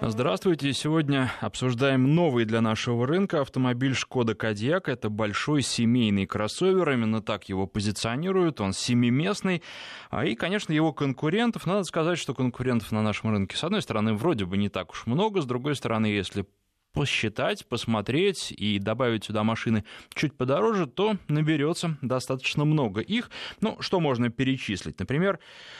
Здравствуйте. Сегодня обсуждаем новый для нашего рынка автомобиль Шкода Кодиак. Это большой семейный кроссовер, именно так его позиционируют. Он семиместный. И, конечно, его конкурентов. Надо сказать, что конкурентов на нашем рынке, с одной стороны, вроде бы не так уж много. С другой стороны, если посчитать, посмотреть и добавить сюда машины чуть подороже, то наберется достаточно много их. Ну, что можно перечислить? Например,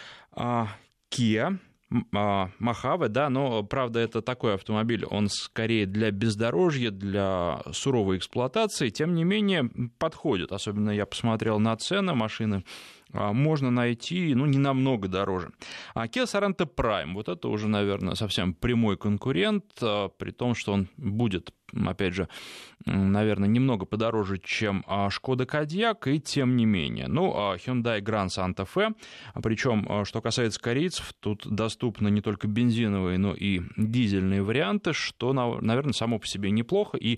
Kia Mojave, да, но, правда, это такой автомобиль, он скорее для бездорожья, для суровой эксплуатации, тем не менее подходит, особенно я посмотрел на цены, машины можно найти, ну, не намного дороже. А Kia Sorento Prime, вот это уже, наверное, совсем прямой конкурент, при том, что он будет, опять же, наверное, немного подороже, чем Шкода Кодиак, и тем не менее. Ну, Hyundai Grand Santa Fe, причем, что касается корейцев, тут доступны не только бензиновые, но и дизельные варианты, что, наверное, само по себе неплохо, и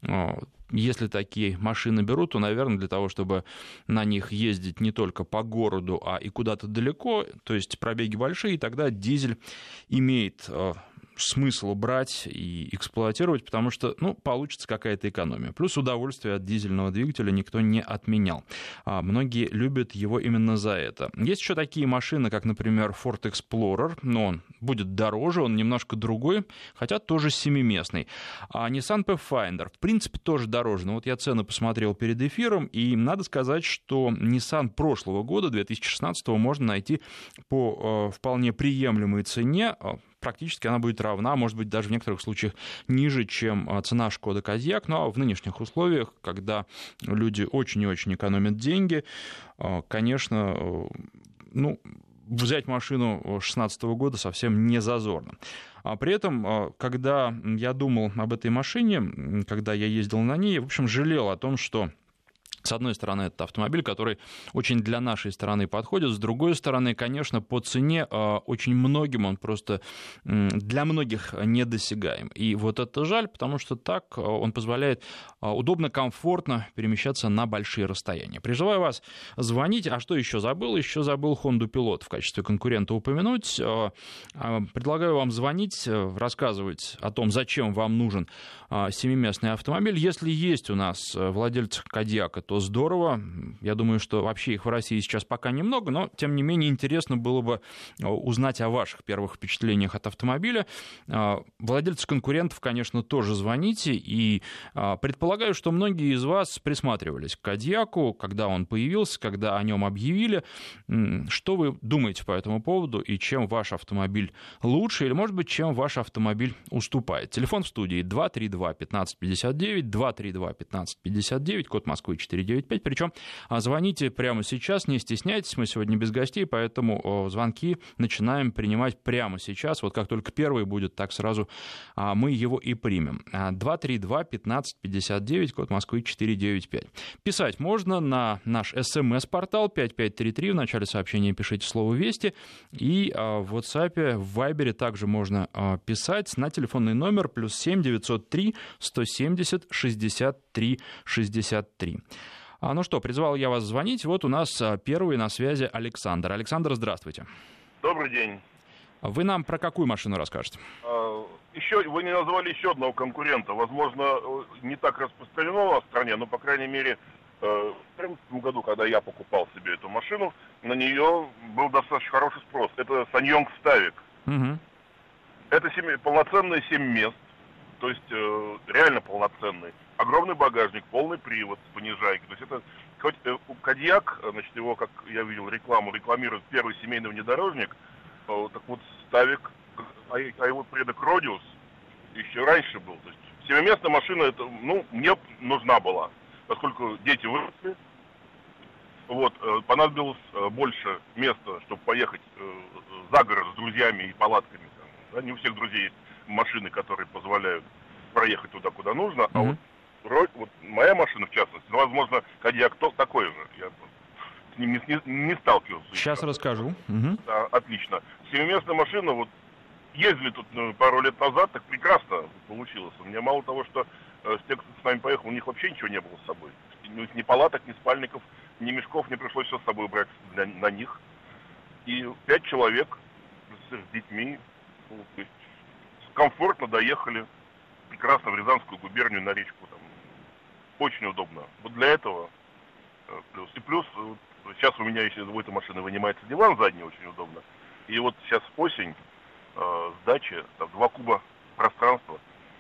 если такие машины берут, то, наверное, для того, чтобы на них ездить не только по городу, а и куда-то далеко, то есть пробеги большие, тогда дизель имеет смысл брать и эксплуатировать, потому что, ну, получится какая-то экономия. Плюс удовольствие от дизельного двигателя никто не отменял. Многие любят его именно за это. Есть еще такие машины, как, например, Ford Explorer, но он будет дороже, он немножко другой, хотя тоже семиместный. А Nissan Pathfinder, в принципе, тоже дороже. Но вот я цены посмотрел перед эфиром, и надо сказать, что Nissan прошлого года, 2016, можно найти по вполне приемлемой цене. Практически она будет равна, может быть, даже в некоторых случаях ниже, чем цена Шкода Кодиак. Но в нынешних условиях, когда люди очень и очень экономят деньги, конечно, ну, взять машину 2016 года совсем не зазорно. А при этом, когда я думал об этой машине, когда я ездил на ней, в общем, жалел о том, что с одной стороны, это автомобиль, который очень для нашей страны подходит. С другой стороны, конечно, по цене очень многим он просто для многих недосягаем. И вот это жаль, потому что так он позволяет удобно, комфортно перемещаться на большие расстояния. Призываю вас звонить. А что еще забыл? Еще забыл Honda Pilot в качестве конкурента упомянуть. Предлагаю вам звонить, рассказывать о том, зачем вам нужен семиместный автомобиль. Если есть у нас владельцы Кодиака, то здорово. Я думаю, что вообще их в России сейчас пока немного, но, тем не менее, интересно было бы узнать о ваших первых впечатлениях от автомобиля. Владельцы конкурентов, конечно, тоже звоните, и предполагаю, что многие из вас присматривались к Кодиаку, когда он появился, когда о нем объявили. Что вы думаете по этому поводу, и чем ваш автомобиль лучше, или, может быть, чем ваш автомобиль уступает? Телефон в студии 232-1559, 232-1559, код Москвы 495. Причем звоните прямо сейчас, не стесняйтесь, мы сегодня без гостей, поэтому звонки начинаем принимать прямо сейчас. Вот как только первый будет, так сразу мы его и примем. 232-1559, код Москвы 495. Писать можно на наш СМС-портал 5533, в начале сообщения пишите слово «Вести», и в WhatsApp, в Вайбере также можно писать на телефонный номер +7 903 170 63 63. Ну что, призвал я вас звонить. Вот у нас первый на связи Александр. Александр, здравствуйте. Добрый день. Вы нам про какую машину расскажете? Еще вы не назвали еще одного конкурента. Возможно, не так распространено в стране, но, по крайней мере, в 2013 году, когда я покупал себе эту машину, на нее был достаточно хороший спрос. Это Sanyong Ставик. Угу. Это полноценные 7 мест, то есть реально полноценный. Огромный багажник, полный привод с понижайкой. То есть это хоть Кодиак, значит, его, как я видел рекламу, рекламирует первый семейный внедорожник, так вот Ставик, а его предок Родиус еще раньше был. То есть семиместная машина, это, ну, мне нужна была, поскольку дети выросли. Вот, понадобилось больше места, чтобы поехать за город с друзьями и палатками. Да, не у всех друзей есть машины, которые позволяют проехать туда, куда нужно, а вот моя машина, в частности, ну, возможно, Кодиак такой же. Я с ним не сталкивался. Сейчас расскажу. Угу. Да, отлично. Семиместная машина, вот ездили тут пару лет назад, так прекрасно получилось. У меня мало того, что с тех, кто с нами поехал, у них вообще ничего не было с собой. Ни палаток, ни спальников, ни мешков, не пришлось все с собой брать на них. И 5 человек с детьми, ну, то есть комфортно доехали прекрасно в Рязанскую губернию на речку. Там. Очень удобно. Вот для этого плюс. И плюс, вот, сейчас у меня еще у этой машины вынимается диван задний, очень удобно. И вот сейчас осень, сдача, там 2 куба пространства,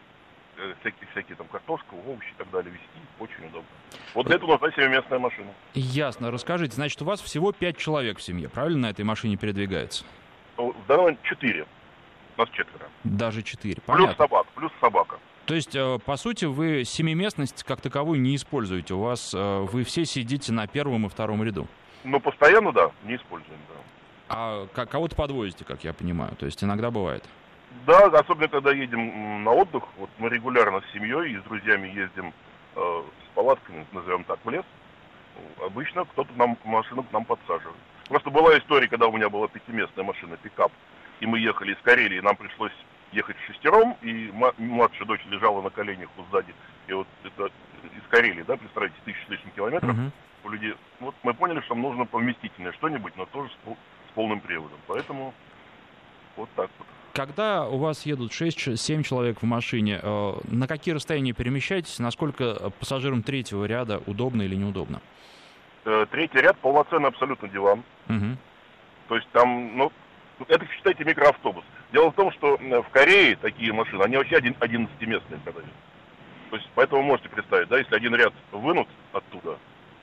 всякие там картошка, овощи и так далее везти, очень удобно. Вот для этого нужна 7-местная машина. Ясно. Расскажите, значит, у вас всего 5 человек в семье, правильно, на этой машине передвигается? Ну, в данный момент 4. У нас 4. Даже 4, понятно. Плюс собака. То есть, по сути, вы семиместность как таковую не используете. У вас вы все сидите на первом и втором ряду. Ну, постоянно, да, не используем, да. А кого-то подвозите, как я понимаю. То есть иногда бывает. Да, особенно когда едем на отдых. Вот мы регулярно с семьей и с друзьями ездим с палатками, назовем так, в лес. Обычно кто-то машину к нам подсаживает. Просто была история, когда у меня была 5-местная машина, пикап, и мы ехали из Карелии, нам пришлось ехать шестером, и младшая дочь лежала на коленях вот сзади. И вот это из Карелии, да, представляете, 1000 с лишним километров. У людей. Вот мы поняли, что нам нужно поместительное что-нибудь, но тоже с полным приводом. Поэтому вот так вот. Когда у вас едут 6-7 человек в машине, на какие расстояния перемещаетесь? Насколько пассажирам третьего ряда удобно или неудобно? Третий ряд полноценный абсолютно диван. То есть там, ну, это, считайте, микроавтобус. Дело в том, что в Корее такие машины, они вообще 11-местные продают. То есть, поэтому можете представить, да, если один ряд вынут оттуда,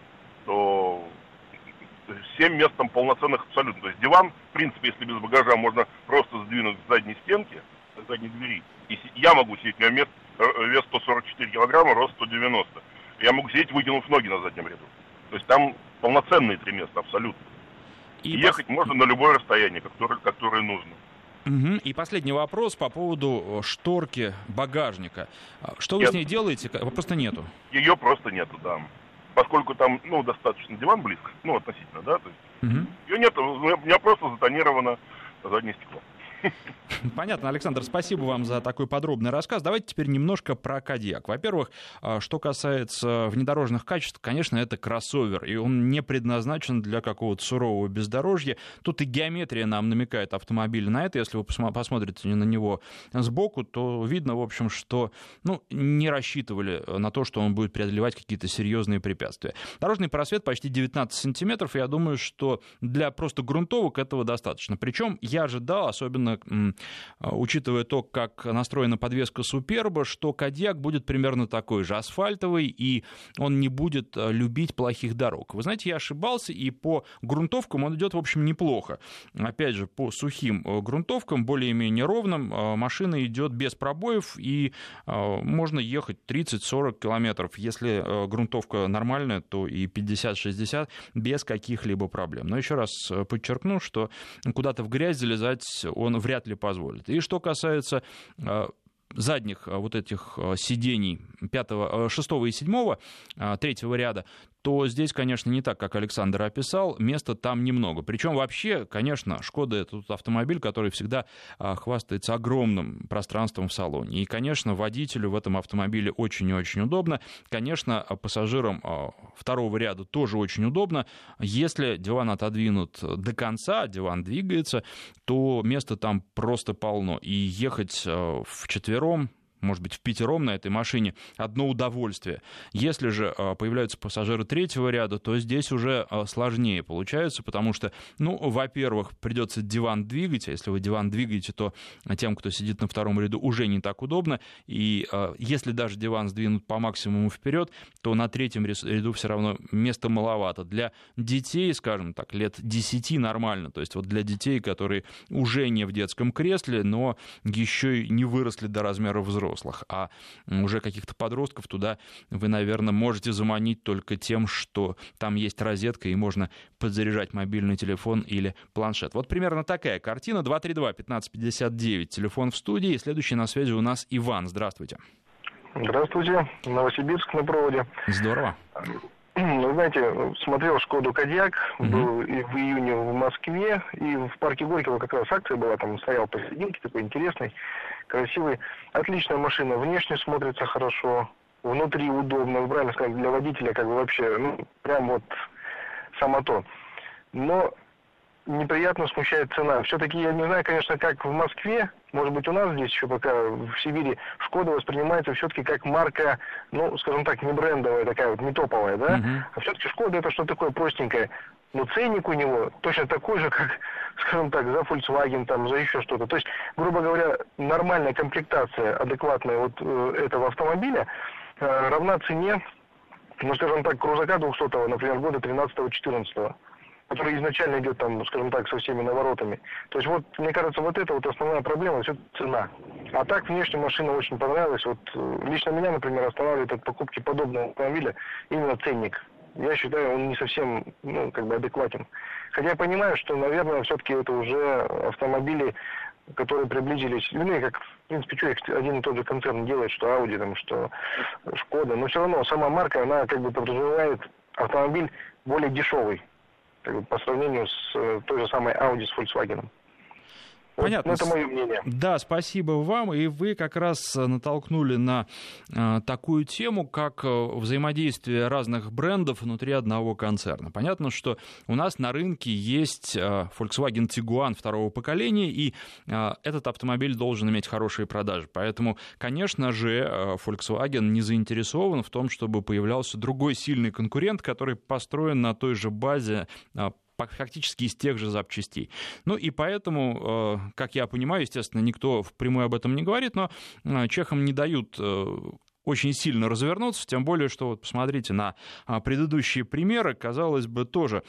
то 7 мест там полноценных абсолютно. То есть диван, в принципе, если без багажа, можно просто сдвинуть с задней стенки, с задней двери. И я могу сидеть, у меня вес 144 килограмма, рост 190. Я могу сидеть, вытянув ноги на заднем ряду. То есть там полноценные 3 места абсолютно. И ехать можно на любое расстояние, которое нужно. И последний вопрос по поводу шторки багажника. Что вы с ней делаете? Просто нету. Ее просто нету, да. Поскольку там, ну, достаточно диван близко, ну, относительно, да, то есть ее нету, у меня просто затонировано заднее стекло. Понятно, Александр, спасибо вам за такой подробный рассказ. Давайте теперь немножко про Кодиак. Во-первых, что касается внедорожных качеств, конечно, это кроссовер, и он не предназначен для какого-то сурового бездорожья. Тут и геометрия нам намекает автомобиль на это. Если вы посмотрите на него сбоку, то видно, в общем, что не рассчитывали на то, что он будет преодолевать какие-то серьезные препятствия. Дорожный просвет почти 19 сантиметров, и я думаю, что для просто грунтовок этого достаточно. Причем я ожидал, особенно учитывая то, как настроена подвеска Суперба, что Кодиак будет примерно такой же, асфальтовый, и он не будет любить плохих дорог. Вы знаете, я ошибался, и по грунтовкам он идет, в общем, неплохо. Опять же, по сухим грунтовкам, более-менее ровным, машина идет без пробоев, и можно ехать 30-40 километров. Если грунтовка нормальная, то и 50-60 без каких-либо проблем. Но еще раз подчеркну, что куда-то в грязь залезать он вряд ли позволит. И что касается задних вот этих сидений 5, 6 и 7, 3 ряда, то здесь, конечно, не так, как Александр описал, места там немного. Причем вообще, конечно, Шкода — это тот автомобиль, который всегда хвастается огромным пространством в салоне. И, конечно, водителю в этом автомобиле очень и очень удобно. Конечно, пассажирам 2 ряда тоже очень удобно. Если диван отодвинут до конца, диван двигается, то места там просто полно. И ехать вчетвером, может быть, в5 на этой машине одно удовольствие. Если же появляются пассажиры 3 ряда, то здесь уже сложнее получается, потому что, во-первых, придется диван двигать, а если вы диван двигаете, то тем, кто сидит на 2 ряду, уже не так удобно, и если даже диван сдвинут по максимуму вперед, то на 3 ряду все равно места маловато. Для детей, скажем так, лет 10 нормально, то есть вот для детей, которые уже не в детском кресле, но еще и не выросли до размера взрослых, а уже каких-то подростков туда вы, наверное, можете заманить только тем, что там есть розетка и можно подзаряжать мобильный телефон или планшет. Вот примерно такая картина. 232-1559, телефон в студии. Следующий на связи у нас Иван. Здравствуйте. Здравствуйте. Новосибирск на проводе. Здорово. Вы знаете, смотрел Шкоду Кодиак, был и в июне в Москве, и в парке Горького как раз акция была, там стоял посерединке, такой интересный, красивый. Отличная машина, внешне смотрится хорошо, внутри удобно, вы правильно сказали, для водителя как бы вообще, прям вот само то. Но неприятно смущает цена. Все-таки я не знаю, конечно, как в Москве, может быть, у нас здесь еще пока в Сибири Шкода воспринимается все-таки как марка, ну, скажем так, не брендовая, такая вот не топовая, да? А все-таки Шкода это что-то такое простенькое. Но ценник у него точно такой же, как, скажем так, за Volkswagen, там, за еще что-то. То есть, грубо говоря, нормальная комплектация, адекватная вот этого автомобиля равна цене, ну, скажем так, крузака 200-го, например, года 13-14, который изначально идет там, скажем так, со всеми наворотами. То есть вот, мне кажется, вот это вот основная проблема, все цена. А так внешне машина очень понравилась. Вот лично меня, например, останавливает от покупки подобного автомобиля именно ценник. Я считаю, он не совсем, ну, как бы адекватен. Хотя я понимаю, что, наверное, все-таки это уже автомобили, которые приблизились, ну, как, в принципе, что их один и тот же концерн делает, что Audi, там, что Шкода, но все равно сама марка, она как бы подразумевает автомобиль более дешевый, как бы, по сравнению с той же самой Audi с Volkswagen. Понятно. Вот, это мое мнение. Да, спасибо вам. И вы как раз натолкнули на такую тему, как взаимодействие разных брендов внутри одного концерна. Понятно, что у нас на рынке есть Volkswagen Tiguan второго поколения, и этот автомобиль должен иметь хорошие продажи. Поэтому, конечно же, Volkswagen не заинтересован в том, чтобы появлялся другой сильный конкурент, который построен на той же базе, фактически из тех же запчастей. Ну и поэтому, как я понимаю, естественно, никто впрямую об этом не говорит, но чехам не дают очень сильно развернуться, тем более, что вот посмотрите на предыдущие примеры, казалось бы, тоже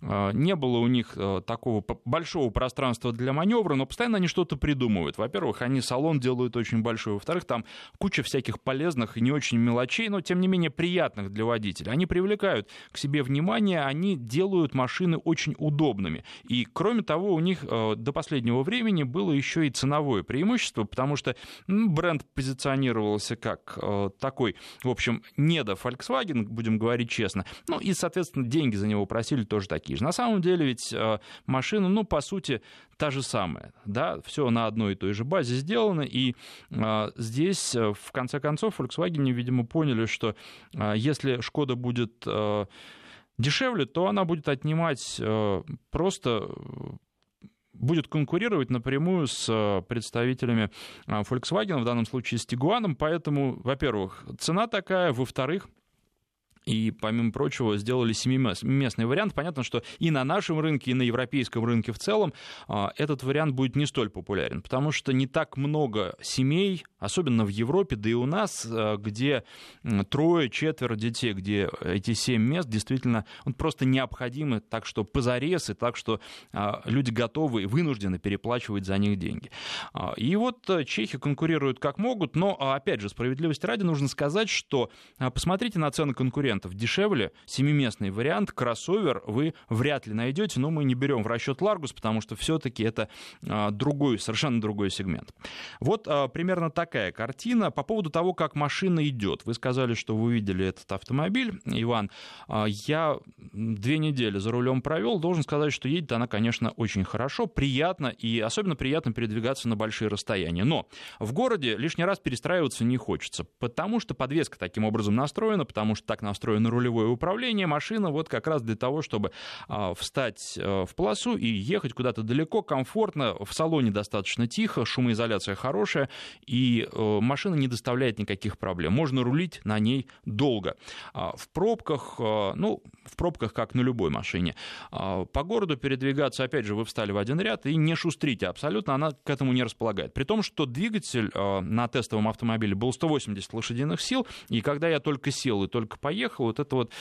не было у них такого большого пространства для маневра, но постоянно они что-то придумывают. Во-первых, они салон делают очень большой, во-вторых, там куча всяких полезных и не очень мелочей, но тем не менее приятных для водителя. Они привлекают к себе внимание, они делают машины очень удобными. И кроме того, у них до последнего времени было еще и ценовое преимущество, потому что бренд позиционировался как такой, в общем, не до Volkswagen, будем говорить честно. Ну и, соответственно, деньги за него просили тоже такие же. На самом деле ведь машина, ну, по сути, та же самая. Да? Все на одной и той же базе сделано. И здесь, в конце концов, Volkswagen, видимо, поняли, что если Шкода будет дешевле, то она будет отнимать просто... будет конкурировать напрямую с представителями Volkswagen, в данном случае с Tiguan, поэтому, во-первых, цена такая, во-вторых, и, помимо прочего, сделали семиместный вариант. Понятно, что и на нашем рынке, и на европейском рынке в целом этот вариант будет не столь популярен, потому что не так много семей, особенно в Европе, да и у нас, где 3-4 детей, где эти 7 мест действительно просто необходимы, так что позарез, и так что люди готовы и вынуждены переплачивать за них деньги. И вот чехи конкурируют как могут, но, опять же, справедливости ради нужно сказать, что посмотрите на цены конкурентов. Дешевле 7-местный вариант, кроссовер вы вряд ли найдете, но мы не берем в расчет Largus, потому что все-таки это совершенно другой сегмент. Вот примерно такая картина. По поводу того, как машина идет. Вы сказали, что вы видели этот автомобиль, Иван. Я 2 недели за рулем провел. Должен сказать, что едет она, конечно, очень хорошо, приятно, и особенно приятно передвигаться на большие расстояния. Но в городе лишний раз перестраиваться не хочется, потому что подвеска таким образом настроена, потому что так настроено рулевое управление. Машина вот как раз для того, чтобы встать в полосу и ехать куда-то далеко, комфортно. В салоне достаточно тихо, шумоизоляция хорошая, и машина не доставляет никаких проблем. Можно рулить на ней долго. В пробках, как на любой машине. По городу передвигаться, опять же, вы встали в один ряд и не шустрите абсолютно, она к этому не располагает. При том, что двигатель на тестовом автомобиле был 180 лошадиных сил, и когда я только сел и только поехал, вот это вот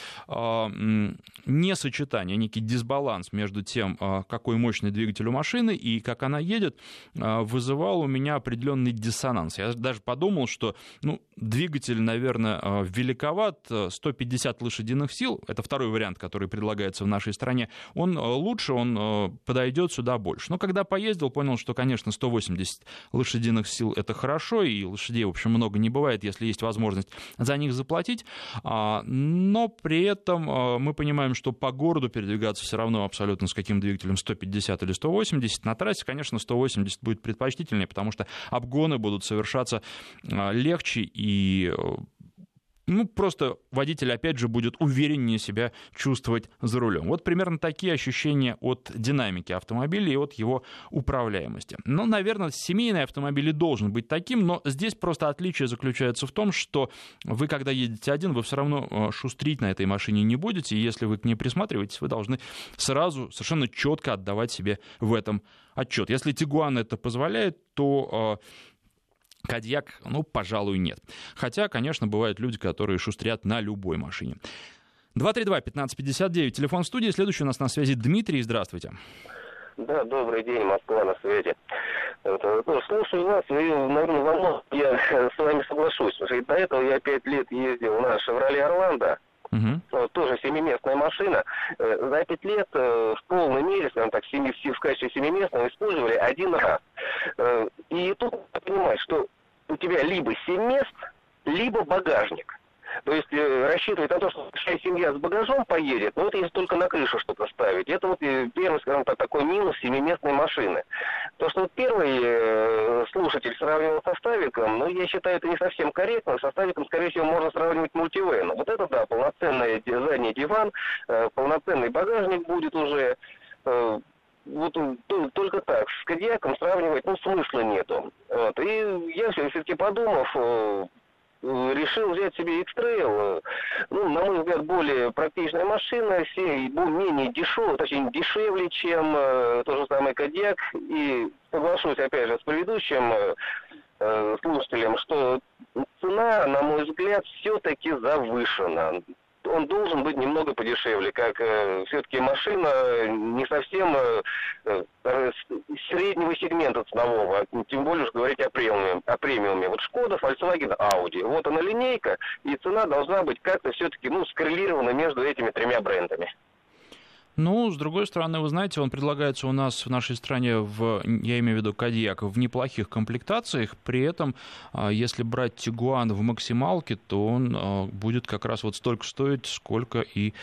несочетание, некий дисбаланс между тем, какой мощный двигатель у машины и как она едет, вызывал у меня определенный диссонанс. Я даже подумал, что двигатель, наверное, великоват, 150 лошадиных сил, это второй вариант, который предлагается в нашей стране, он лучше, он подойдет сюда больше. Но когда поездил, понял, что, конечно, 180 лошадиных сил это хорошо, и лошадей, в общем, много не бывает, если есть возможность за них заплатить, но при этом мы понимаем, что по городу передвигаться все равно абсолютно с каким двигателем 150 или 180. На трассе, конечно, 180 будет предпочтительнее, потому что обгоны будут совершаться легче, и просто водитель, опять же, будет увереннее себя чувствовать за рулем. Вот примерно такие ощущения от динамики автомобиля и от его управляемости. Наверное, семейный автомобиль и должен быть таким, но здесь просто отличие заключается в том, что вы, когда едете один, вы все равно шустрить на этой машине не будете, и если вы к ней присматриваетесь, вы должны сразу совершенно четко отдавать себе в этом отчет. Если Тигуан это позволяет, то Кодиак, пожалуй, нет. Хотя, конечно, бывают люди, которые шустрят на любой машине. 232-1559, телефон в студии. Следующий у нас на связи Дмитрий. Здравствуйте. Да, добрый день, Москва на связи. Слушаю вас, и, наверное, во многом я с вами соглашусь. Потому что до этого я 5 лет ездил на «Шевроле Орландо». Тоже семиместная машина. За 5 лет в полной мере, скажем так, в качестве семиместного использовали один раз. И тут надо понимать, что у тебя либо 7 мест, либо багажник. То есть рассчитывать на то, что большая семья с багажом поедет, но это если только на крышу что-то ставить. Это вот первый, скажем так, такой минус семиместной машины. То, что вот первый слушатель сравнивал со Ставиком, я считаю, это не совсем корректно. Со Ставиком, скорее всего, можно сравнивать мультивэн. Вот это, да, полноценный задний диван, полноценный багажник будет уже. Вот только так. С Кодиаком сравнивать, смысла нету. И я все-таки подумав, решил взять себе X-Trail. На мой взгляд, более практичная машина, менее дешевая, точнее дешевле, чем тот же самый Кодиак. И соглашусь, опять же, с предыдущим слушателем, что цена, на мой взгляд, все-таки завышена. Он должен быть немного подешевле, как все-таки машина не совсем среднего сегмента ценового, тем более уж говорить о премиуме. Вот Шкода, Volkswagen, Audi. Вот она линейка, и цена должна быть как-то все-таки скоррелирована между этими тремя брендами. С другой стороны, вы знаете, он предлагается у нас в нашей стране, я имею в виду Кодиак, в неплохих комплектациях. При этом, если брать Тигуан в максималке, то он будет как раз вот столько стоить, сколько и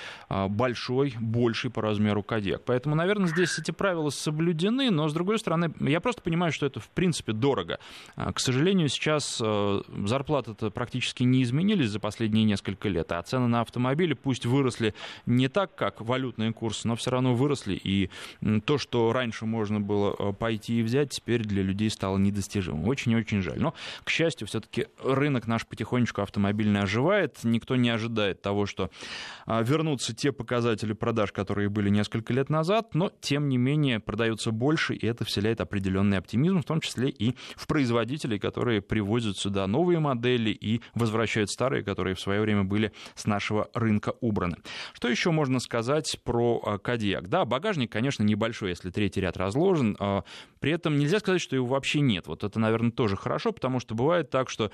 больший по размеру Кодиак. Поэтому, наверное, здесь эти правила соблюдены, но, с другой стороны, я просто понимаю, что это, в принципе, дорого. К сожалению, сейчас зарплаты-то практически не изменились за последние несколько лет, а цены на автомобили пусть выросли не так, как валютный курс, но все равно выросли, и то, что раньше можно было пойти и взять, теперь для людей стало недостижимым. Очень-очень жаль. Но, к счастью, все-таки рынок наш потихонечку автомобильный оживает. Никто не ожидает того, что вернутся те показатели продаж, которые были несколько лет назад, но, тем не менее, продается больше, и это вселяет определенный оптимизм, в том числе и в производителей, которые привозят сюда новые модели и возвращают старые, которые в свое время были с нашего рынка убраны. Что еще можно сказать про Кодиак? Да, багажник, конечно, небольшой, если третий ряд разложен. При этом нельзя сказать, что его вообще нет. Вот это, наверное, тоже хорошо, потому что бывает так, что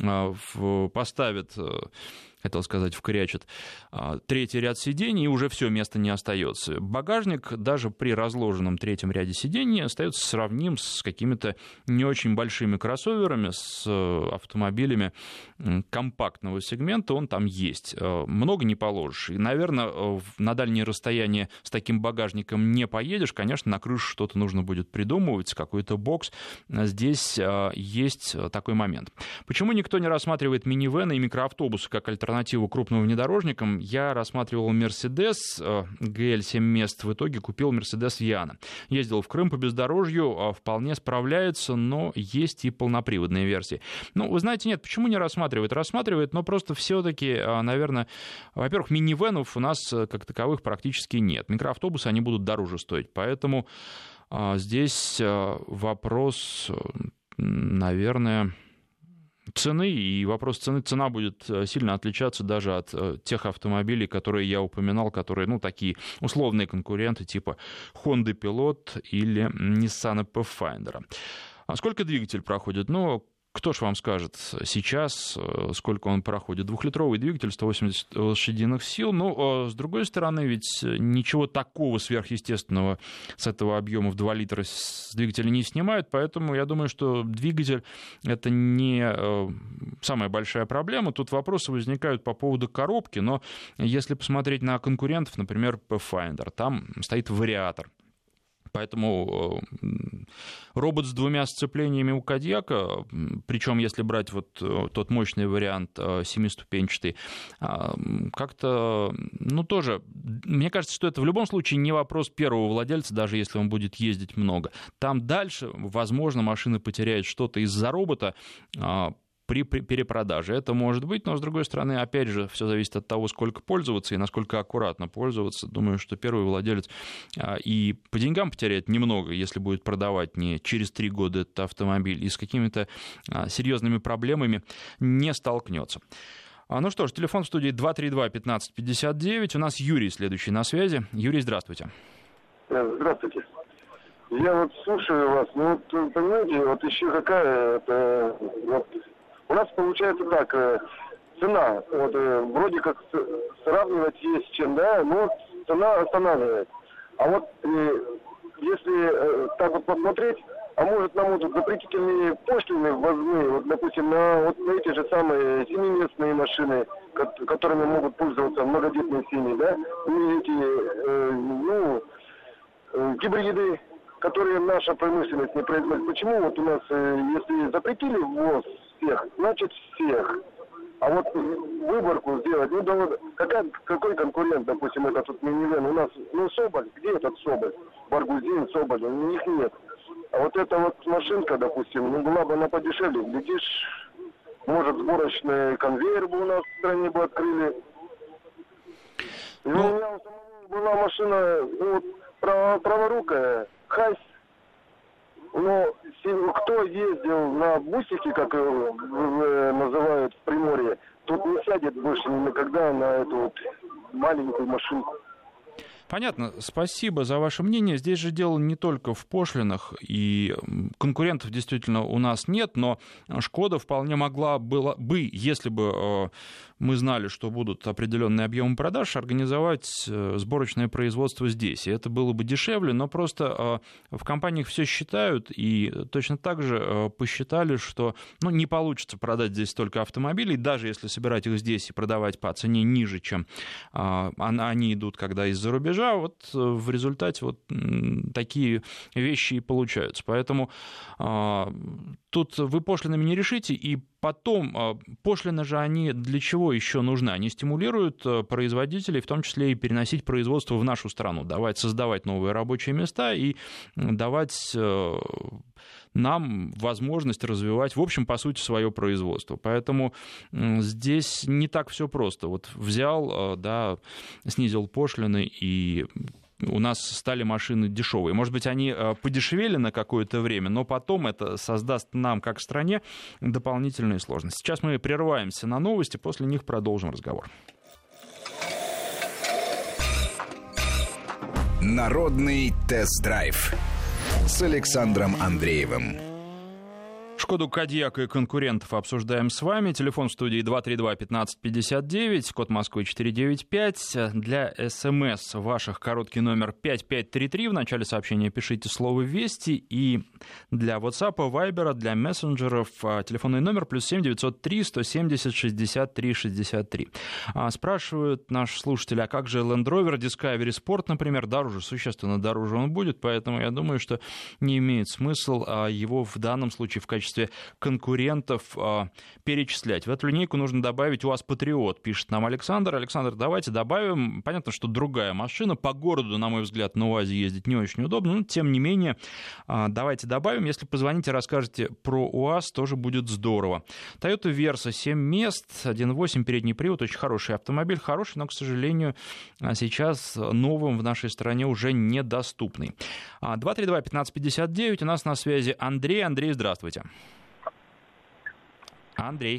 поставят... хотел сказать, вкрячет третий ряд сидений, и уже все, места не остается. Багажник даже при разложенном третьем ряде сидений остается сравним с какими-то не очень большими кроссоверами, с автомобилями компактного сегмента, он там есть. Много не положишь. И, наверное, на дальние расстояния с таким багажником не поедешь. Конечно, на крышу что-то нужно будет придумывать, какой-то бокс. Здесь есть такой момент. Почему никто не рассматривает минивэны и микроавтобусы как альтернативу крупным внедорожникам? Я рассматривал Mercedes GL 7 мест, в итоге купил Mercedes Viana. Ездил в Крым по бездорожью, вполне справляется, но есть и полноприводные версии. Вы знаете, нет, почему не рассматривает? Рассматривает, но просто все-таки, наверное, во-первых, минивенов у нас как таковых практически нет. Микроавтобусы, они будут дороже стоить, поэтому здесь вопрос, наверное... цены, и вопрос цены, цена будет сильно отличаться даже от тех автомобилей, которые я упоминал, которые, такие условные конкуренты типа Honda Pilot или Nissan Pathfinder. А сколько двигатель проходит? Кто ж вам скажет сейчас, сколько он проходит? 2-литровый двигатель, 180 лошадиных сил. Но, с другой стороны, ведь ничего такого сверхъестественного с этого объема в 2 литра с двигателя не снимают. Поэтому я думаю, что двигатель — это не самая большая проблема. Тут вопросы возникают по поводу коробки. Но если посмотреть на конкурентов, например, Pathfinder, там стоит вариатор. Поэтому робот с 2 сцеплениями у Кодиака, причем если брать вот тот мощный вариант 7-ступенчатый, как-то, тоже, мне кажется, что это в любом случае не вопрос первого владельца, даже если он будет ездить много. Там дальше, возможно, машина потеряет что-то из-за робота, при перепродаже. Это может быть, но, с другой стороны, опять же, все зависит от того, сколько пользоваться и насколько аккуратно пользоваться. Думаю, что первый владелец и по деньгам потеряет немного, если будет продавать не через 3 года этот автомобиль, и с какими-то серьезными проблемами не столкнется. Ну что ж, телефон в студии 232-1559. У нас Юрий следующий на связи. Юрий, здравствуйте. Здравствуйте. Я вот слушаю вас, понимаете, вот еще какая это... У нас получается так, цена, вроде как сравнивать есть с чем, да, но цена останавливает. А вот если так вот посмотреть, а может нам запретительные пошлины ввозные, допустим, на эти же самые семиместные машины, которыми могут пользоваться многодетные семьи, да, и эти, гибриды, которые наша промышленность не производит. Почему вот у нас, если запретили ввоз всех, значит всех. А вот выборку сделать, какой конкурент, допустим, этот тут минивэн? У нас, Соболь, где этот Соболь? Баргузин, Соболь, у них нет. А вот эта вот машинка, допустим, была бы она подешевле, глядишь, может, сборочный конвейер бы у нас в стране бы открыли. И у меня была машина, праворукая, Хайс. Но кто ездил на бусике, как его называют в Приморье, тут не сядет больше никогда на эту вот маленькую машинку. Понятно, спасибо за ваше мнение. Здесь же дело не только в пошлинах, и конкурентов действительно у нас нет, но Шкода вполне могла бы, если бы мы знали, что будут определенные объемы продаж, организовать сборочное производство здесь. И это было бы дешевле, но просто в компаниях все считают, и точно так же посчитали, что не получится продать здесь столько автомобилей, даже если собирать их здесь и продавать по цене ниже, чем они идут, когда из-за рубежа. Вот в результате вот такие вещи и получаются. Поэтому тут вы пошлинами не решите, и потом пошлины же они для чего еще нужны? Они стимулируют производителей, в том числе и переносить производство в нашу страну, создавать новые рабочие места и давать нам возможность развивать, в общем, по сути, свое производство. Поэтому здесь не так все просто. Вот взял, снизил пошлины, и у нас стали машины дешевые. Может быть, они подешевели на какое-то время, но потом это создаст нам, как стране, дополнительные сложности. Сейчас мы прерываемся на новости, после них продолжим разговор. Народный тест-драйв с Александром Андреевым. Шкоду Кодиак и конкурентов обсуждаем с вами. Телефон в студии 232-1559, код Москвы 495. Для СМС ваших короткий номер 5533. В начале сообщения пишите слово «Вести». И для WhatsApp, Viber, для мессенджеров телефонный номер +7 903 170 63 63. Спрашивают наши слушатели, а как же Land Rover Discovery Sport, например, дороже, существенно дороже он будет, поэтому я думаю, что не имеет смысла его в данном случае в качестве конкурентов перечислять. В эту линейку нужно добавить УАЗ Патриот, пишет нам Александр. Александр, давайте добавим. Понятно, что другая машина. По городу, на мой взгляд, на УАЗе ездить не очень удобно, но тем не менее давайте добавим. Если позвоните, расскажете про УАЗ, тоже будет здорово. Toyota Versa 7 мест, 1.8 передний привод, очень хороший автомобиль, хороший, но, к сожалению, сейчас новым в нашей стране уже недоступный. 232-1559, у нас на связи Андрей. Андрей, здравствуйте. Андрей.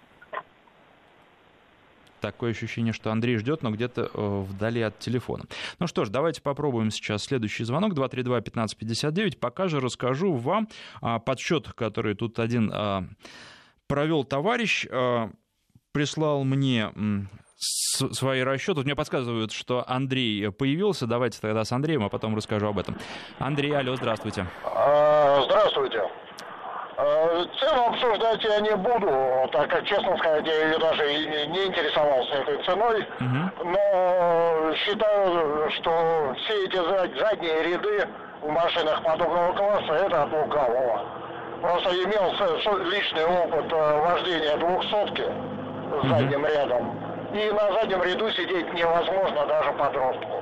Такое ощущение, что Андрей ждет, но где-то вдали от телефона. Ну что ж, давайте попробуем сейчас следующий звонок. 232-1559. Пока же расскажу вам подсчет, который тут один провел товарищ. Прислал мне свои расчеты. Мне подсказывают, что Андрей появился. Давайте тогда с Андреем, а потом расскажу об этом. Андрей, алло, здравствуйте. Здравствуйте. Цену обсуждать я не буду, так как, честно сказать, я ее даже не интересовался этой ценой, но считаю, что все эти задние ряды в машинах подобного класса, это от лукавого. Просто имел личный опыт вождения 200-ки с задним рядом. И на заднем ряду сидеть невозможно даже подростку.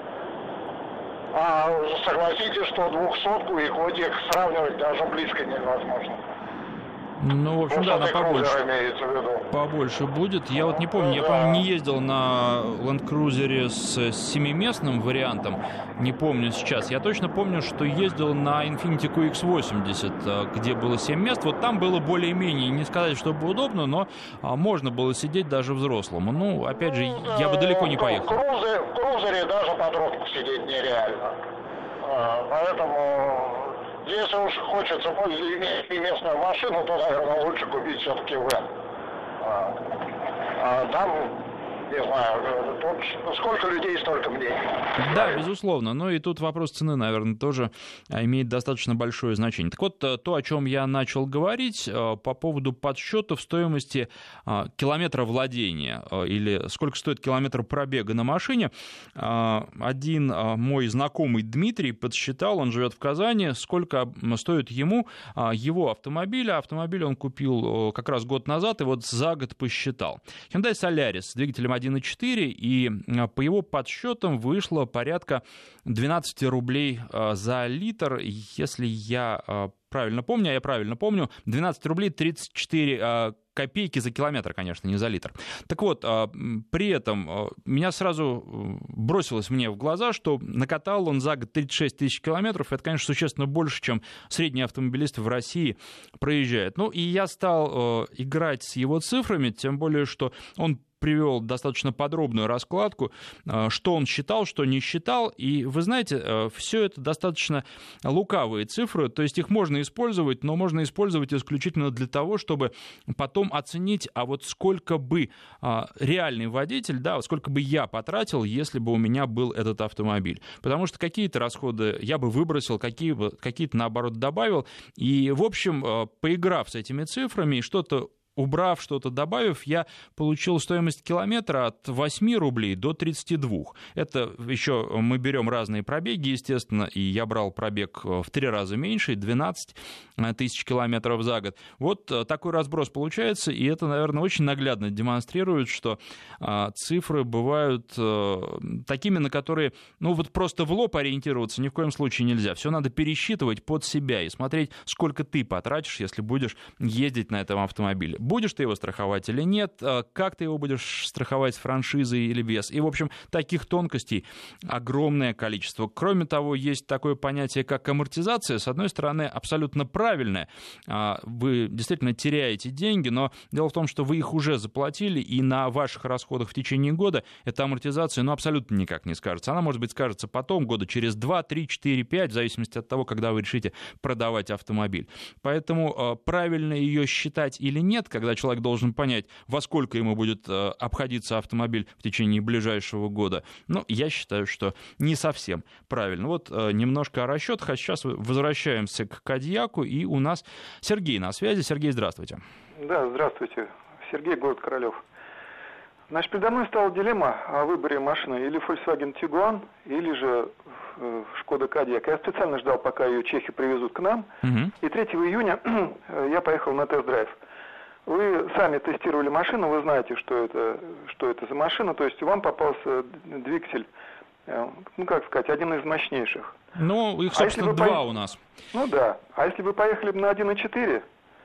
А согласитесь, что 200-ку и Кодиак сравнивать даже близко невозможно. Ну, в общем, да, она побольше будет. Я вот не помню, я, по-моему, не ездил на Land Cruiser с 7-местным вариантом, не помню сейчас. Я точно помню, что ездил на Infiniti QX80, где было 7 мест. Вот там было более-менее, не сказать, что было удобно, но можно было сидеть даже взрослому. Ну, опять же, я бы далеко не поехал. В крузере даже подростку сидеть нереально. Поэтому... Если уж хочется иметь местную машину, то, наверное, лучше купить все-таки вэн. Там, не знаю, тут сколько людей, столько мнений. Да, безусловно. Но и тут вопрос цены, наверное, тоже имеет достаточно большое значение. Так вот, то, о чем я начал говорить, по поводу подсчетов стоимости километра владения или сколько стоит километр пробега на машине. Один мой знакомый Дмитрий подсчитал, он живет в Казани, сколько стоит ему его автомобиль. Автомобиль он купил как раз год назад и вот за год посчитал. Hyundai Solaris с двигателем 1.4, и по его подсчетам вышло порядка 12 рублей за литр, если я правильно помню, а я правильно помню, 12 рублей 34 копейки за километр, конечно, не за литр. Так вот, при этом меня сразу бросилось мне в глаза, что накатал он за год 36 тысяч километров. Это, конечно, существенно больше, чем средний автомобилист в России проезжает. Ну, и я стал играть с его цифрами, тем более, что он привел достаточно подробную раскладку, что он считал, что не считал. И вы знаете, все это достаточно лукавые цифры, то есть их можно использовать, но можно использовать исключительно для того, чтобы потом оценить, а вот сколько бы реальный водитель, да, сколько бы я потратил, если бы у меня был этот автомобиль. Потому что какие-то расходы я бы выбросил, какие-то, наоборот, добавил. И, в общем, поиграв с этими цифрами и что-то убрав, что-то добавив, я получил стоимость километра от 8 рублей до 32. Это еще мы берем разные пробеги, естественно, и я брал пробег в 3 раза меньше, 12 тысяч километров за год. Вот такой разброс получается, и это, наверное, очень наглядно демонстрирует, что цифры бывают такими, на которые, ну, вот просто в лоб ориентироваться ни в коем случае нельзя. Все надо пересчитывать под себя и смотреть, сколько ты потратишь, если будешь ездить на этом автомобиле. Будешь ты его страховать или нет, как ты его будешь страховать с франшизой или без. И, в общем, таких тонкостей огромное количество. Кроме того, есть такое понятие, как амортизация. С одной стороны, абсолютно правильное. Вы действительно теряете деньги, но дело в том, что вы их уже заплатили, и на ваших расходах в течение года эта амортизация, ну, абсолютно никак не скажется. Она, может быть, скажется потом, года через 2, 3, 4, 5, в зависимости от того, когда вы решите продавать автомобиль. Поэтому правильно ее считать или нет, когда человек должен понять, во сколько ему будет обходиться автомобиль в течение ближайшего года. Но я считаю, что не совсем правильно. Вот немножко о расчетах, а сейчас возвращаемся к Кодиаку, и у нас Сергей на связи. Сергей, здравствуйте. Да, здравствуйте. Сергей, город Королев. Значит, передо мной стала дилемма о выборе машины или Volkswagen Tiguan, или же Шкода Кодиак. Я специально ждал, пока ее чехи привезут к нам, и 3 июня я поехал на тест-драйв. Вы сами тестировали машину, вы знаете, что это за машина, то есть вам попался двигатель, ну, как сказать, один из мощнейших. Ну, их, собственно, два у нас. Ну да, а если бы поехали бы на 1.4,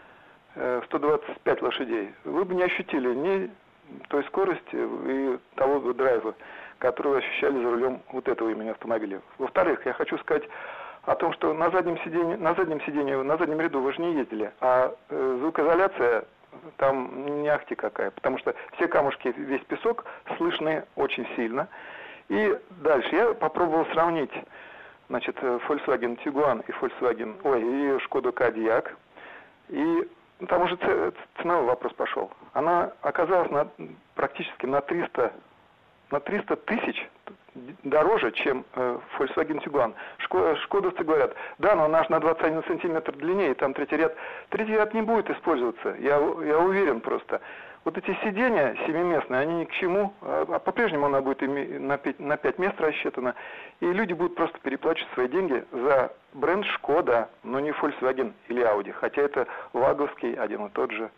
125 лошадей, вы бы не ощутили ни той скорости и того драйва, который вы ощущали за рулем вот этого имени автомобиля. Во-вторых, я хочу сказать о том, что на заднем ряду вы же не ездили, а звукоизоляция там не ахти какая, потому что все камушки, весь песок слышны очень сильно. И дальше я попробовал сравнить, значит, Volkswagen Tiguan и Шкоду Кодиак. И там уже ценовой вопрос пошел. Она оказалась практически на 300 на 300 тысяч дороже, чем Volkswagen Tiguan. Шкодовцы говорят, да, но наш на 21 сантиметр длиннее, там третий ряд не будет использоваться, я уверен просто. Вот эти сиденья семиместные, они ни к чему, а по-прежнему она будет на 5 мест рассчитана, и люди будут просто переплачивать свои деньги за бренд Шкода, но не Volkswagen или Audi, хотя это ваговский один и тот же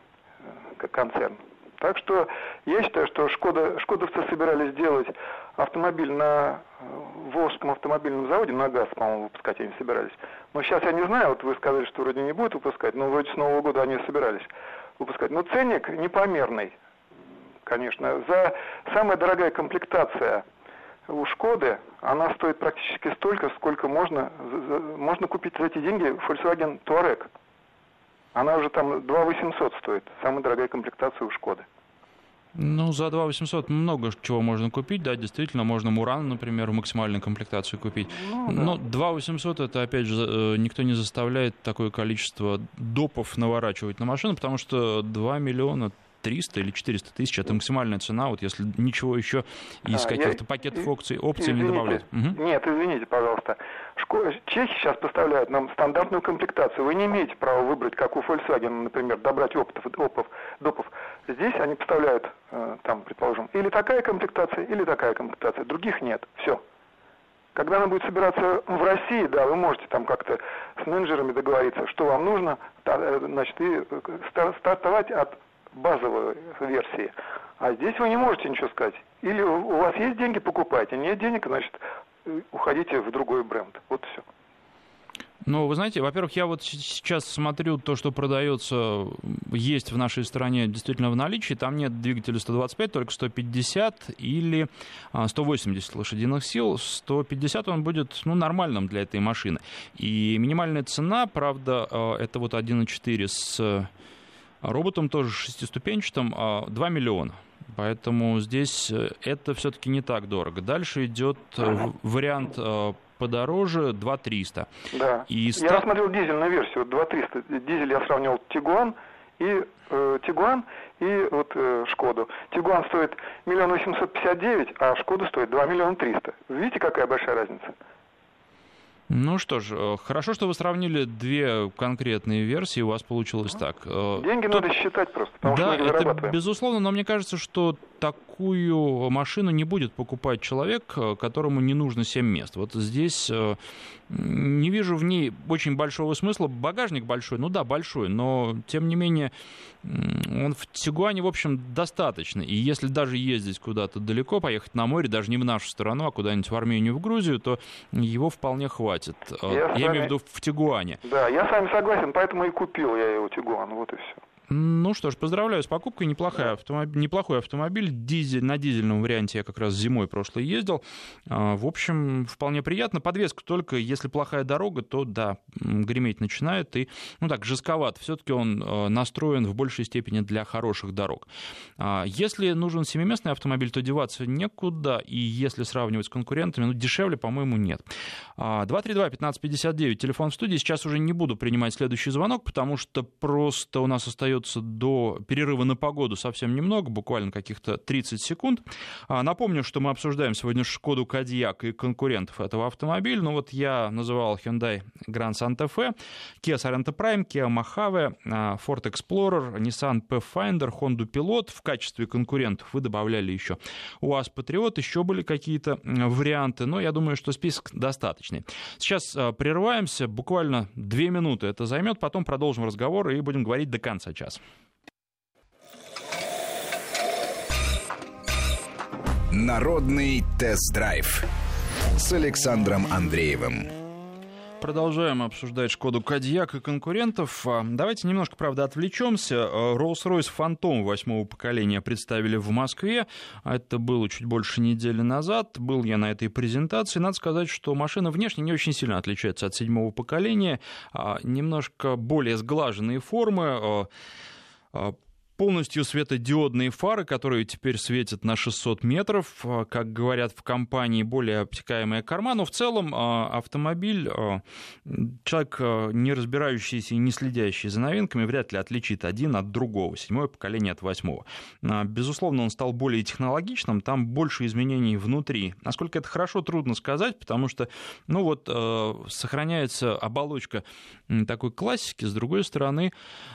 концерн. Так что я считаю, что шкодовцы собирались сделать автомобиль на Волжском автомобильном заводе, на ГАЗ, по-моему, выпускать они собирались. Но сейчас я не знаю, вот вы сказали, что вроде не будут выпускать, но вроде с Нового года они собирались выпускать. Но ценник непомерный, конечно. За самая дорогая комплектация у Шкоды, она стоит практически столько, сколько можно купить за эти деньги Volkswagen Touareg. Она уже там 2800 стоит, самая дорогая комплектация у Шкоды. Ну, за 2800 много чего можно купить, да, действительно, можно Муран, например, в максимальной комплектации купить. Но 2800 это, опять же, никто не заставляет такое количество допов наворачивать на машину, потому что 2 миллиона 300 или 400 тысяч, это максимальная цена, вот если ничего еще из каких-то пакетов опций не добавлять. Нет, извините, пожалуйста. Чехи сейчас поставляют нам стандартную комплектацию. Вы не имеете права выбрать, как у Volkswagen, например, добрать допов. Здесь они поставляют, там, предположим, или такая комплектация, или такая комплектация. Других нет. Все. Когда она будет собираться в России, да, вы можете там как-то с менеджерами договориться, что вам нужно, значит, и стартовать от базовой версии. А здесь вы не можете ничего сказать. Или у вас есть деньги, покупайте. Нет денег, значит, уходите в другой бренд. Вот и все. Ну, вы знаете, во-первых, я вот сейчас смотрю то, что продается, есть в нашей стране действительно в наличии. Там нет двигателя 125, только 150 или 180 лошадиных сил. 150 он будет, нормальным для этой машины. И минимальная цена, правда, это вот 1.4 с роботом тоже шестиступенчатым, 2 миллиона. Поэтому здесь это все-таки не так дорого. Дальше идет вариант подороже 2300. Да. Я рассмотрел дизельную версию 2300. Дизель я сравнивал Tiguan и вот Шкоду. Tiguan стоит 1 859 000, а Шкода стоит 2 300 000. Видите, какая большая разница? Ну что ж, хорошо, что вы сравнили две конкретные версии, у вас получилось так. Деньги надо считать просто, потому что мы зарабатываем. Это безусловно, но мне кажется, что такую машину не будет покупать человек, которому не нужно 7 мест. Вот здесь не вижу в ней очень большого смысла. Багажник большой, большой, но тем не менее он в Тигуане, в общем, достаточно. И если даже ездить куда-то далеко, поехать на море, даже не в нашу страну, а куда-нибудь в Армению, в Грузию, то его вполне хватит. Я имею в виду в Тигуане. Да, я с вами согласен, поэтому и купил я его Тигуан, вот и все. Ну что ж, поздравляю с покупкой. Неплохой автомобиль. На дизельном варианте я как раз зимой прошлой ездил. В общем, вполне приятно. Подвеска только, если плохая дорога, то да, греметь начинает. И, жестковат. Все-таки он настроен в большей степени для хороших дорог. Если нужен семиместный автомобиль, то деваться некуда. И если сравнивать с конкурентами, дешевле, по-моему, нет. 232-1559, телефон в студии. Сейчас уже не буду принимать следующий звонок, потому что просто у нас остается до перерыва на погоду совсем немного, буквально каких-то 30 секунд. Напомню, что мы обсуждаем сегодня Шкоду Кодиак и конкурентов этого автомобиля. Я называл Hyundai Grand Santa Fe, Kia Sorento Prime, Kia Mojave, Ford Explorer, Nissan Pathfinder, Honda Pilot. В качестве конкурентов вы добавляли еще УАЗ Patriot, еще были какие-то варианты, но я думаю, что список достаточный. Сейчас прерываемся, буквально 2 минуты это займет, потом продолжим разговор и будем говорить до конца часа. Народный тест-драйв с Александром Андреевым. Продолжаем обсуждать Шкоду Кодиак и конкурентов. Давайте немножко, правда, отвлечемся. Rolls-Royce Phantom 8-го поколения представили в Москве. Это было чуть больше недели назад. Был я на этой презентации. Надо сказать, что машина внешне не очень сильно отличается от 7-го поколения. Немножко более сглаженные формы. полностью светодиодные фары, которые теперь светят на 600 метров, как говорят в компании, более обтекаемая корма, но в целом автомобиль, человек, не разбирающийся и не следящий за новинками, вряд ли отличит один от другого, 7-е поколение от 8-го. Безусловно, он стал более технологичным, там больше изменений внутри. Насколько это хорошо, трудно сказать, потому что, сохраняется оболочка такой классики, с другой стороны,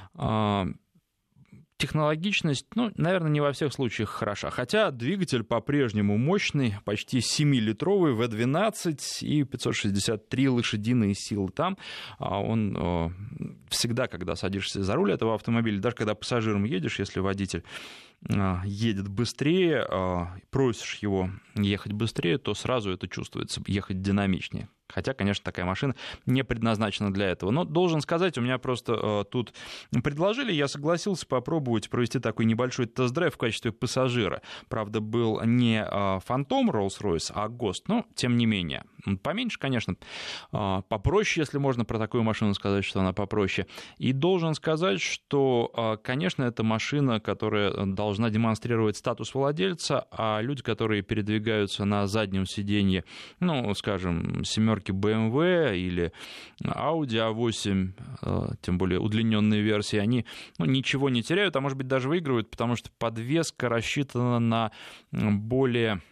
технологичность, наверное, не во всех случаях хороша. Хотя двигатель по-прежнему мощный, почти 7-литровый, V12 и 563 лошадиные силы там. Он всегда, когда садишься за руль этого автомобиля, даже когда пассажиром едешь, если водитель едет быстрее, просишь его ехать быстрее, то сразу это чувствуется, ехать динамичнее. Хотя, конечно, такая машина не предназначена для этого. Но должен сказать, у меня просто тут предложили, я согласился попробовать провести такой небольшой тест-драйв в качестве пассажира. Правда, был не Phantom Rolls-Royce, а Ghost, но тем не менее. Поменьше, конечно, попроще, если можно про такую машину сказать, что она попроще. И должен сказать, что, конечно, это машина, которая должна демонстрировать статус владельца, а люди, которые передвигаются на заднем сиденье, скажем, семерки BMW или Audi A8, тем более удлиненные версии, они ничего не теряют, а может быть даже выигрывают, потому что подвеска рассчитана на более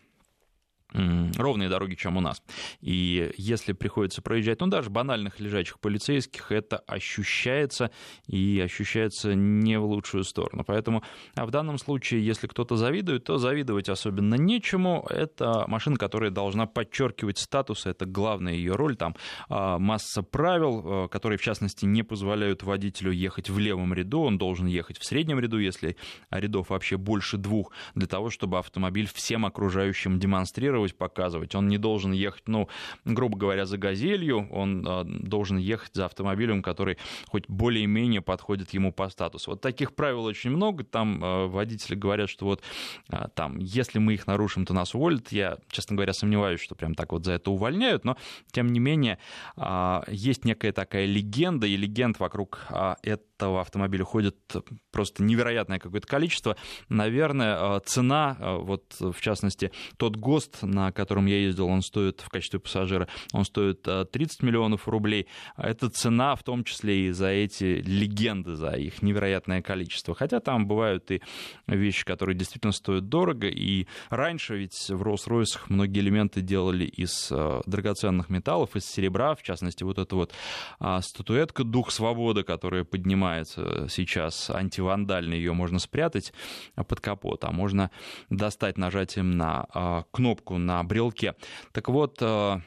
ровные дороги, чем у нас. И если приходится проезжать, даже банальных лежачих полицейских, это ощущается, и ощущается не в лучшую сторону. Поэтому в данном случае, если кто-то завидует, то завидовать особенно нечему. Это машина, которая должна подчеркивать статус, это главная ее роль. Там масса правил, которые, в частности, не позволяют водителю ехать в левом ряду, он должен ехать в среднем ряду, если рядов вообще больше 2, для того, чтобы автомобиль всем окружающим демонстрировал, показывать. Он не должен ехать, грубо говоря, за «Газелью», он должен ехать за автомобилем, который хоть более-менее подходит ему по статусу. Вот таких правил очень много. Там водители говорят, что если мы их нарушим, то нас уволят. Я, честно говоря, сомневаюсь, что прям так вот за это увольняют, но, тем не менее, есть некая такая легенда, и легенд вокруг этого автомобиля ходит просто невероятное какое-то количество. Наверное, цена, в частности, тот ГОСТ, на котором я ездил, он стоит в качестве пассажира, он стоит 30 миллионов рублей. Это цена в том числе и за эти легенды, за их невероятное количество. Хотя там бывают и вещи, которые действительно стоят дорого. И раньше ведь в Rolls-Royce многие элементы делали из драгоценных металлов, из серебра, в частности, эта статуэтка «Дух свободы», которая поднимается сейчас, антивандальная, ее можно спрятать под капот, а можно достать нажатием на кнопку на брелке. Так вот,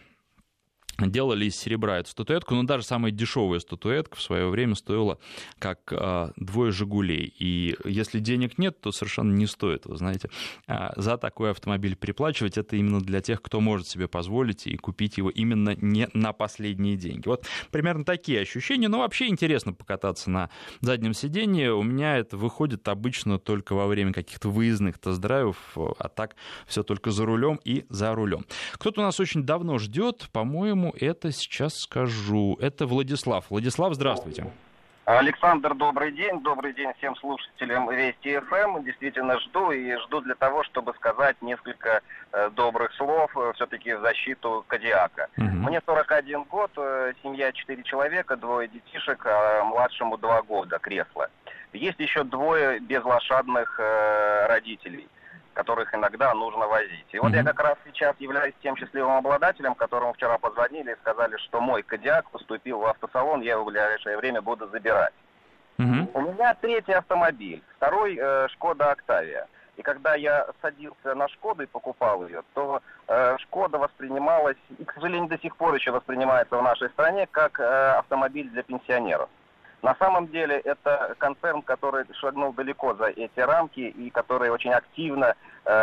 делали из серебра эту статуэтку, но даже самая дешевая статуэтка в свое время стоила как 2 «Жигулей». И если денег нет, то совершенно не стоит, вы знаете, за такой автомобиль переплачивать. Это именно для тех, кто может себе позволить и купить его именно не на последние деньги. Вот примерно такие ощущения. Но вообще интересно покататься на заднем сиденье. У меня это выходит обычно только во время каких-то выездных тест-драйвов, а так все только за рулем и за рулем. Кто-то у нас очень давно ждет, по-моему, это сейчас скажу. Это Владислав. Владислав, здравствуйте. Александр, добрый день. Добрый день всем слушателям Вести ФМ. Действительно жду для того, чтобы сказать несколько добрых слов все-таки в защиту Кодиака. Мне 41 год, семья 4 человека, 2 детишек, а младшему 2 года, кресло. Есть еще 2 безлошадных родителей, которых иногда нужно возить. И вот я как раз сейчас являюсь тем счастливым обладателем, которому вчера позвонили и сказали, что мой Кодиак поступил в автосалон, я его в ближайшее время буду забирать. У меня 3-й автомобиль, 2-й Шкода Октавия. И когда я садился на Шкоду и покупал ее, то Шкода воспринималась, и, к сожалению, до сих пор еще воспринимается в нашей стране, как автомобиль для пенсионеров. На самом деле это концерн, который шагнул далеко за эти рамки и который очень активно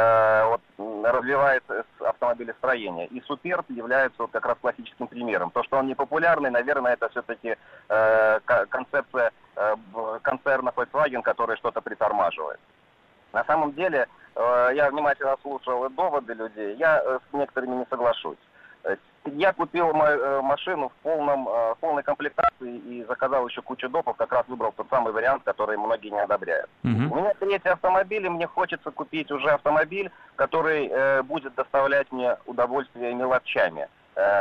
развивает автомобилестроение. И Суперб является как раз классическим примером. То, что он не популярный, наверное, это все-таки концепция концерна Volkswagen, который что-то притормаживает. На самом деле, я внимательно слушал доводы людей, я с некоторыми не соглашусь. Я купил машину в полной комплектации и заказал еще кучу допов, как раз выбрал тот самый вариант, который многие не одобряют. У меня третий автомобиль, и мне хочется купить уже автомобиль, который будет доставлять мне удовольствие мелочами.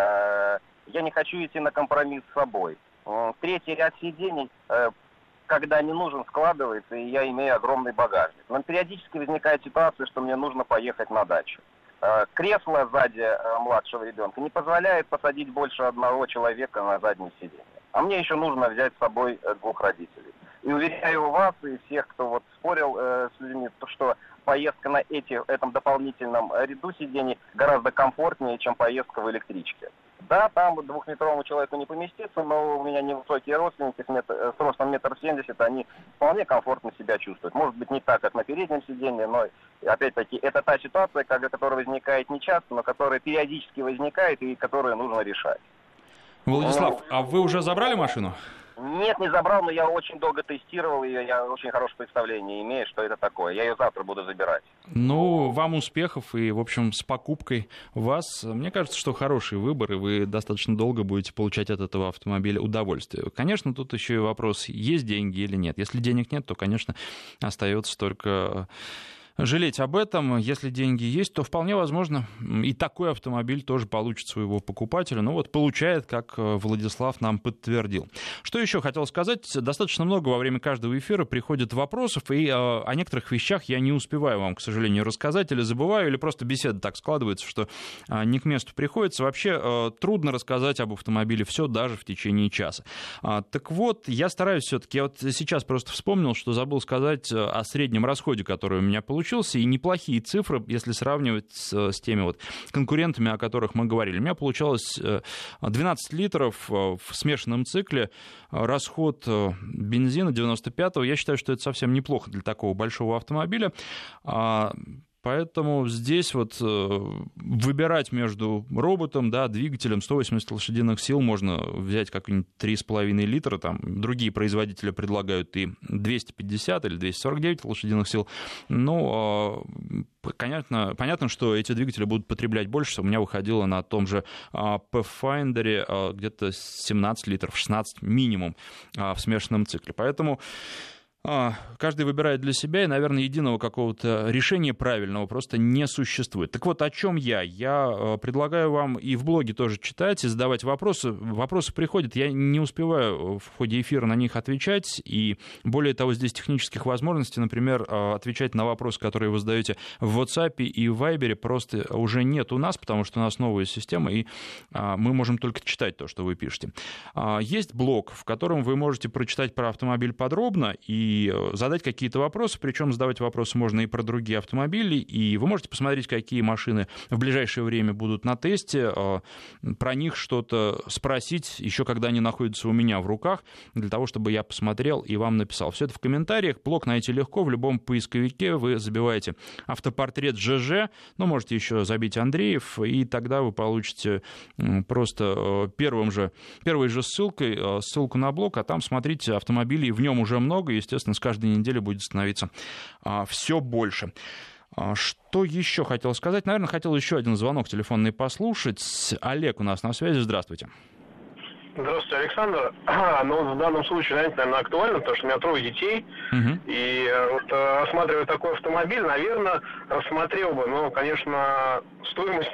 Я не хочу идти на компромисс с собой. Третий ряд сидений, когда не нужен, складывается, и я имею огромный багажник. Но периодически возникает ситуация, что мне нужно поехать на дачу. Кресло сзади младшего ребенка не позволяет посадить больше одного человека на заднее сиденье. А мне еще нужно взять с собой 2 родителей. И уверяю вас и всех, кто вот спорил с людьми, что поездка на этом дополнительном ряду сидений гораздо комфортнее, чем поездка в электричке. Да, там 2-метровому человеку не поместиться, но у меня невысокие родственники с ростом 1,70 м, они вполне комфортно себя чувствуют. Может быть, не так, как на переднем сиденье, но, опять-таки, это та ситуация, которая возникает нечасто, но которая периодически возникает и которую нужно решать. Владислав, а вы уже забрали машину? Нет, не забрал, но я очень долго тестировал ее, я очень хорошее представление имею, что это такое. Я ее завтра буду забирать. Ну, вам успехов и, в общем, с покупкой вас. Мне кажется, что хороший выбор, и вы достаточно долго будете получать от этого автомобиля удовольствие. Конечно, тут еще и вопрос, есть деньги или нет. Если денег нет, то, конечно, остается только жалеть об этом. Если деньги есть, то вполне возможно и такой автомобиль тоже получит своего покупателя. Ну вот получает, как Владислав нам подтвердил. Что еще хотел сказать? Достаточно много во время каждого эфира приходит вопросов, и о некоторых вещах я не успеваю вам, к сожалению, рассказать, или забываю, или просто беседа так складывается, что не к месту приходится. Вообще трудно рассказать об автомобиле все даже в течение часа. Так вот, я стараюсь все-таки. Я вот сейчас просто вспомнил, что забыл сказать о среднем расходе, который у меня получился. И неплохие цифры, если сравнивать с теми вот конкурентами, о которых мы говорили. У меня получалось 12 литров в смешанном цикле, расход бензина 95-го. Я считаю, что это совсем неплохо для такого большого автомобиля. Поэтому здесь вот выбирать между роботом, да, двигателем 180 лошадиных сил, можно взять как-нибудь 3,5 литра, там другие производители предлагают и 250 или 249 лошадиных сил. Ну, понятно, что эти двигатели будут потреблять больше. У меня выходило на том же Pathfinder где-то 17 литров, 16 минимум в смешанном цикле. Поэтому каждый выбирает для себя, и, наверное, единого какого-то решения правильного просто не существует. Так вот, о чем я? Я предлагаю вам и в блоге тоже читать, и задавать вопросы. Вопросы приходят, я не успеваю в ходе эфира на них отвечать, и более того, здесь технических возможностей, например, отвечать на вопросы, которые вы задаете в WhatsApp и в Viber, просто уже нет у нас, потому что у нас новая система, и мы можем только читать то, что вы пишете. Есть блог, в котором вы можете прочитать про автомобиль подробно и задать какие-то вопросы, причем задавать вопросы можно и про другие автомобили, и вы можете посмотреть, какие машины в ближайшее время будут на тесте, про них что-то спросить, еще когда они находятся у меня в руках, для того, чтобы я посмотрел и вам написал. Все это в комментариях, блог найти легко, в любом поисковике вы забиваете автопортрет ЖЖ, ну, можете еще забить Андреев, и тогда вы получите просто первой же ссылкой, ссылку на блог, а там смотрите автомобилей, в нем уже много, естественно, с каждой недели будет становиться все больше. Что еще хотел сказать? Наверное, хотел еще один звонок телефонный послушать. Олег у нас на связи. Здравствуйте. Здравствуйте, Александр. Ну, в данном случае, знаете, наверное, актуально, потому что у меня 3 детей. И вот, рассматривая такой автомобиль, наверное, рассмотрел бы. Но, конечно, стоимость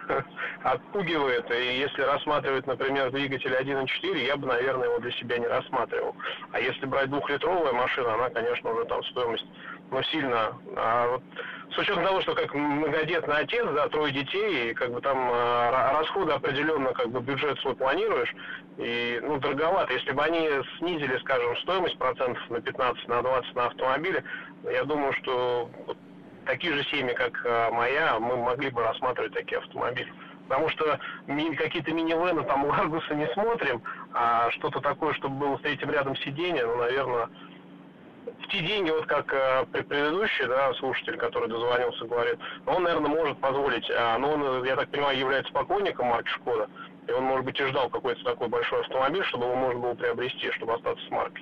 отпугивает. И если рассматривать, например, двигатель 1.4, я бы, наверное, его для себя не рассматривал. А если брать 2-литровую машину, она, конечно, уже там стоимость, ну, сильно. Вот, с учетом того, что как многодетный отец, да, 3 детей, и как бы там расходы определенно, как бы бюджет свой планируешь, и, ну, дороговато. Если бы они снизили, скажем, стоимость процентов на 15, на 20 на автомобиле, я думаю, что вот такие же семьи, как моя, мы могли бы рассматривать такие автомобили. Потому что какие-то минивены, там, Ларгусы не смотрим, а что-то такое, чтобы было с третьим рядом сиденья, ну, наверное, в те деньги, вот как предыдущий, да, слушатель, который дозвонился, говорит, он, наверное, может позволить, но он, я так понимаю, является поклонником марки «Шкода», и он, может быть, и ждал какой-то такой большой автомобиль, чтобы его можно было приобрести, чтобы остаться с маркой.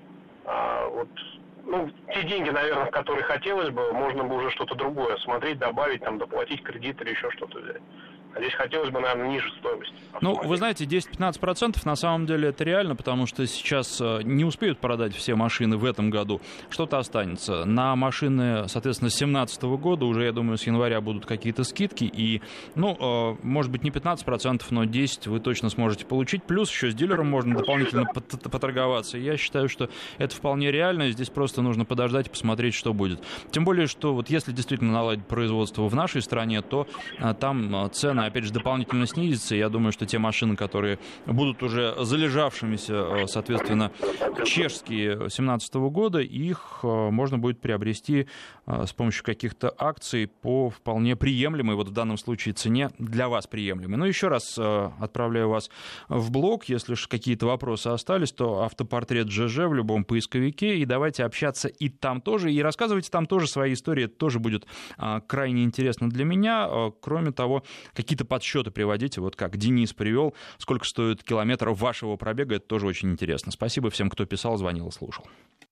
Вот, ну, те деньги, наверное, в которые хотелось бы, можно бы уже что-то другое смотреть, добавить, там, доплатить кредит или еще что-то взять. А здесь хотелось бы, наверное, ниже стоимость. Ну, вы знаете, 10-15% на самом деле это реально, потому что сейчас не успеют продать все машины в этом году. Что-то останется. На машины, соответственно, 2017 года уже, я думаю, с января будут какие-то скидки. И, ну, может быть, не 15%, но 10% вы точно сможете получить. Плюс еще с дилером можно дополнительно поторговаться. Я считаю, что это вполне реально. Здесь просто нужно подождать и посмотреть, что будет. Тем более, что вот если действительно наладить производство в нашей стране, то там цены, опять же, дополнительно снизятся. Я думаю, что те машины, которые будут уже залежавшимися, соответственно, чешские 2017 года, их можно будет приобрести с помощью каких-то акций по вполне приемлемой, вот в данном случае цене для вас приемлемой. Но еще раз отправляю вас в блог. Если же какие-то вопросы остались, то автопортрет ЖЖ в любом поисковике. И давайте общаться и там тоже. И рассказывайте там тоже свои истории. Это тоже будет крайне интересно для меня. Кроме того, какие-то подсчеты приводите. Вот как Денис привел, сколько стоит километров вашего пробега. Это тоже очень интересно. Спасибо всем, кто писал, звонил и слушал.